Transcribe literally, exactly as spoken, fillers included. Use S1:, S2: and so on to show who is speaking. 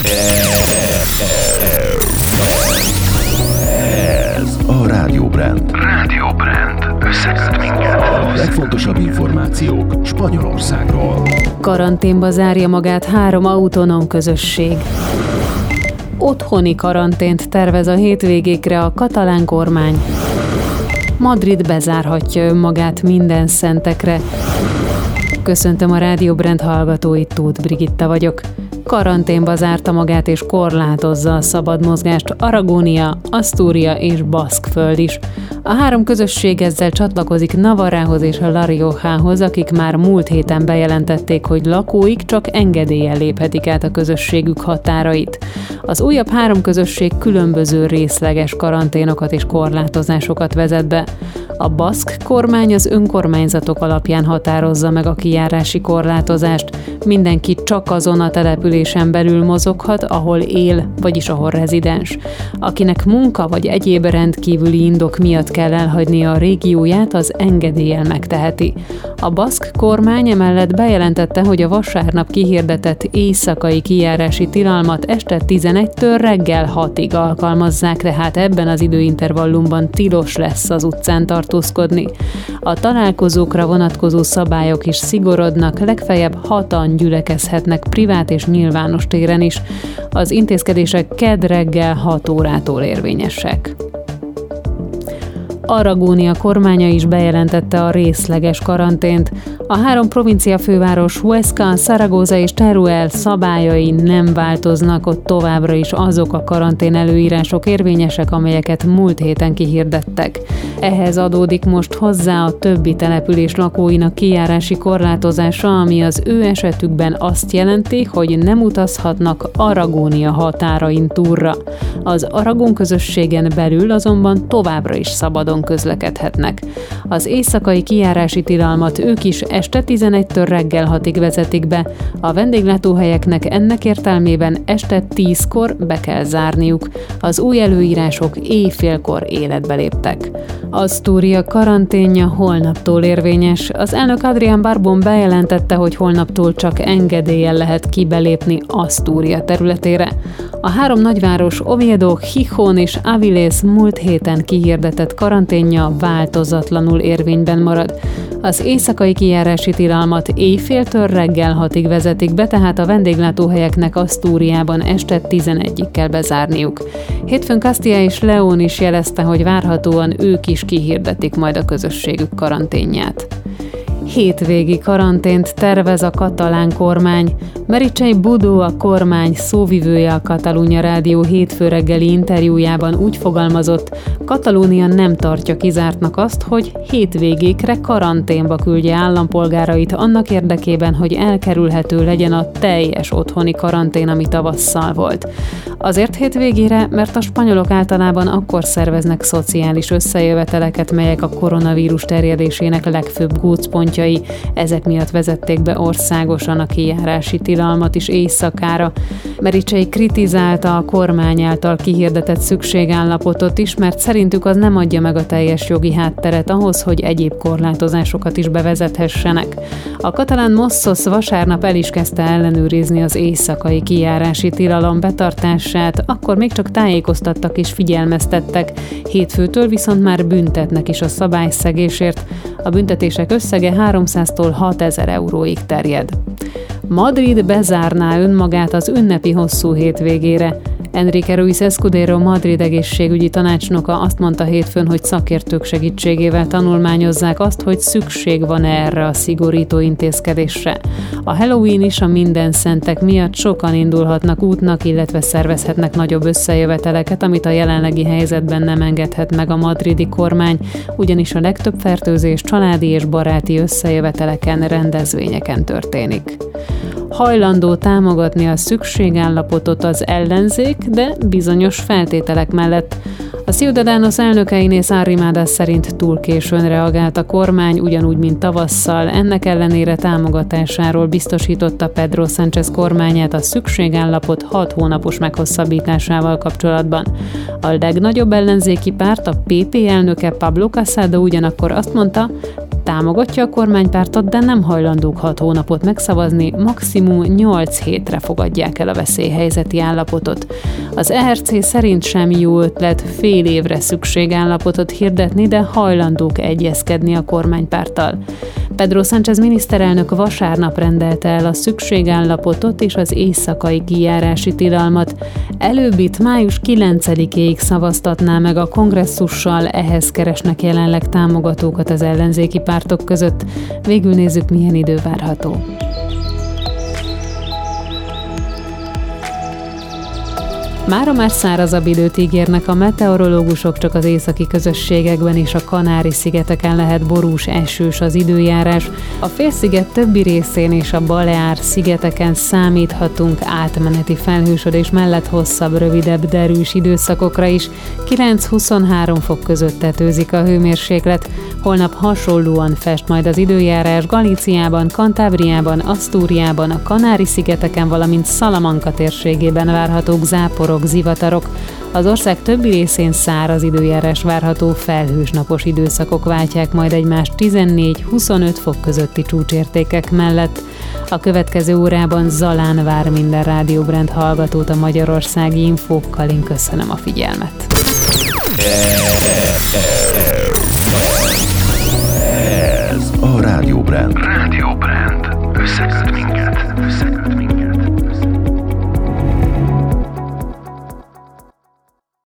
S1: Ez a Rádió Brand.
S2: Rádió Brand. Összeköt minket.
S1: A legfontosabb információk Spanyolországról.
S3: Karanténba zárja magát három autonóm közösség. Otthoni karantént tervez a hétvégékre a katalán kormány. Madrid bezárhatja önmagát minden szentekre. Köszöntöm a Rádió Brand hallgatóit, Tóth Brigitta vagyok. Karanténba zárta magát és korlátozza a szabad mozgást Aragónia, Asztúria és Baszkföld is. A három közösség ezzel csatlakozik Navarrához és a La Riojához, akik már múlt héten bejelentették, hogy lakóik csak engedéllyel léphetik át a közösségük határait. Az újabb három közösség különböző részleges karanténokat és korlátozásokat vezet be. A baszk kormány az önkormányzatok alapján határozza meg a kijárási korlátozást. Mindenki csak azon a településen belül mozoghat, ahol él, vagyis ahol rezidens. Akinek munka vagy egyéb rendkívüli indok miatt kell elhagynia a régióját, az engedéllyel megteheti. A baszk kormány emellett bejelentette, hogy a vasárnap kihirdetett éjszakai kijárási tilalmat este tizenegytől reggel hatig alkalmazzák, tehát ebben az időintervallumban tilos lesz az utcán tartózkodni. A találkozókra vonatkozó szabályok is szigorodnak, legfeljebb hatan gyülekezhetnek privát és nyilvános téren is. Az intézkedések kedd reggel hat órától érvényesek. Aragónia kormánya is bejelentette a részleges karantént. A három provincia főváros Huesca, Zaragoza és Teruel szabályai nem változnak, ott továbbra is azok a karantén előírások érvényesek, amelyeket múlt héten kihirdettek. Ehhez adódik most hozzá a többi település lakóinak kijárási korlátozása, ami az ő esetükben azt jelenti, hogy nem utazhatnak Aragónia határain túlra. Az Aragón közösségen belül azonban továbbra is szabadon közlekedhetnek. Az éjszakai kijárási tilalmat ők is este tizenegytől reggel hatig vezetik be, a vendéglátóhelyeknek ennek értelmében este tízkor be kell zárniuk. Az új előírások éjfélkor életbe léptek. Asztúria karanténja holnaptól érvényes. Az elnök Adrián Barbón bejelentette, hogy holnaptól csak engedéllyel lehet kibelépni Asztúria területére. A három nagyváros Oviedo, Gijón és Avilés múlt héten kihirdetett karanténja változatlanul érvényben marad. Az éjszakai kijárási tilalmat éjféltől reggel hatig vezetik be, tehát a vendéglátóhelyeknek Asztúriában este tizenegyig kell bezárniuk. Hétfőn Castilla és León is jelezte, hogy várhatóan ők is kihirdetik majd a közösségük karanténját. Hétvégi karantént tervez a katalán kormány. Meritxell Budó, a kormány szóvivője a Catalunya Rádió hétfő reggeli interjújában úgy fogalmazott, Katalónia nem tartja kizártnak azt, hogy hétvégékre karanténba küldje állampolgárait annak érdekében, hogy elkerülhető legyen a teljes otthoni karantén, ami tavasszal volt. Azért hétvégére, mert a spanyolok általában akkor szerveznek szociális összejöveteleket, melyek a koronavírus terjedésének legfőbb gócpontjai. Ezek miatt vezették be országosan a kijárási tilalmat is éjszakára. Meritxell kritizálta a kormány által kihirdetett szükségállapotot is, mert szerintük az nem adja meg a teljes jogi hátteret ahhoz, hogy egyéb korlátozásokat is bevezethessenek. A katalán Mossos vasárnap el is kezdte ellenőrizni az éjszakai kijárási tilalom betartását, akkor még csak tájékoztattak és figyelmeztettek, hétfőtől viszont már büntetnek is a szabályszegésért. A büntetések összege háromszáztól hatezer euróig terjed. Madrid bezárná önmagát az ünnepi hosszú hétvégére. Enrique Ruiz Escudero Madrid egészségügyi tanácsnoka azt mondta hétfőn, hogy szakértők segítségével tanulmányozzák azt, hogy szükség van-e erre a szigorító intézkedésre. A Halloween is a minden szentek miatt sokan indulhatnak útnak, illetve szervezhetnek nagyobb összejöveteleket, amit a jelenlegi helyzetben nem engedhet meg a madridi kormány, ugyanis a legtöbb fertőzés családi és baráti összejöveteleken, rendezvényeken történik. Hajlandó támogatni a szükségállapotot az ellenzék, de bizonyos feltételek mellett. A Ciudadanos elnöke Inés Arrimadas szerint túl későn reagált a kormány, ugyanúgy, mint tavasszal, ennek ellenére támogatásáról biztosította Pedro Sánchez kormányát a szükségállapot hat hónapos meghosszabbításával kapcsolatban. A legnagyobb ellenzéki párt, a pé pé elnöke Pablo Casado ugyanakkor azt mondta, támogatja a kormánypártot, de nem hajlandók hat hónapot megszavazni, maximum nyolc hétre fogadják el a veszélyhelyzeti állapotot. Az é er cé szerint sem jó ötlet fél évre szükségállapotot hirdetni, de hajlandók egyezkedni a kormánypárttal. Pedro Sánchez miniszterelnök vasárnap rendelte el a szükségállapotot és az éjszakai kijárási tilalmat. Előbbit május kilencedikéig szavaztatná meg a kongresszussal, ehhez keresnek jelenleg támogatókat az ellenzéki pártok között. Végül nézzük, milyen idő várható. Mára már szárazabb időt ígérnek a meteorológusok, csak az északi közösségekben és a Kanári-szigeteken lehet borús, esős az időjárás. A félsziget többi részén és a Baleár-szigeteken számíthatunk átmeneti felhősödés mellett hosszabb, rövidebb, derűs időszakokra is. kilenc-huszonhárom fok között tetőzik a hőmérséklet. Holnap hasonlóan fest majd az időjárás Galíciában, Kantábriában, Asztúriában, a Kanári-szigeteken, valamint Salamanca térségében várhatók záporok, zivatarok. Az ország többi részén száraz időjárás várható, felhős napos időszakok váltják majd egymást tizennégy-huszonöt fok közötti csúcsértékek mellett. A következő órában Zalán vár minden Rádió Brand hallgatót a magyarországi infókkal. Én köszönöm a figyelmet.
S1: Ez a Rádió Brand.
S2: Rádió Brand.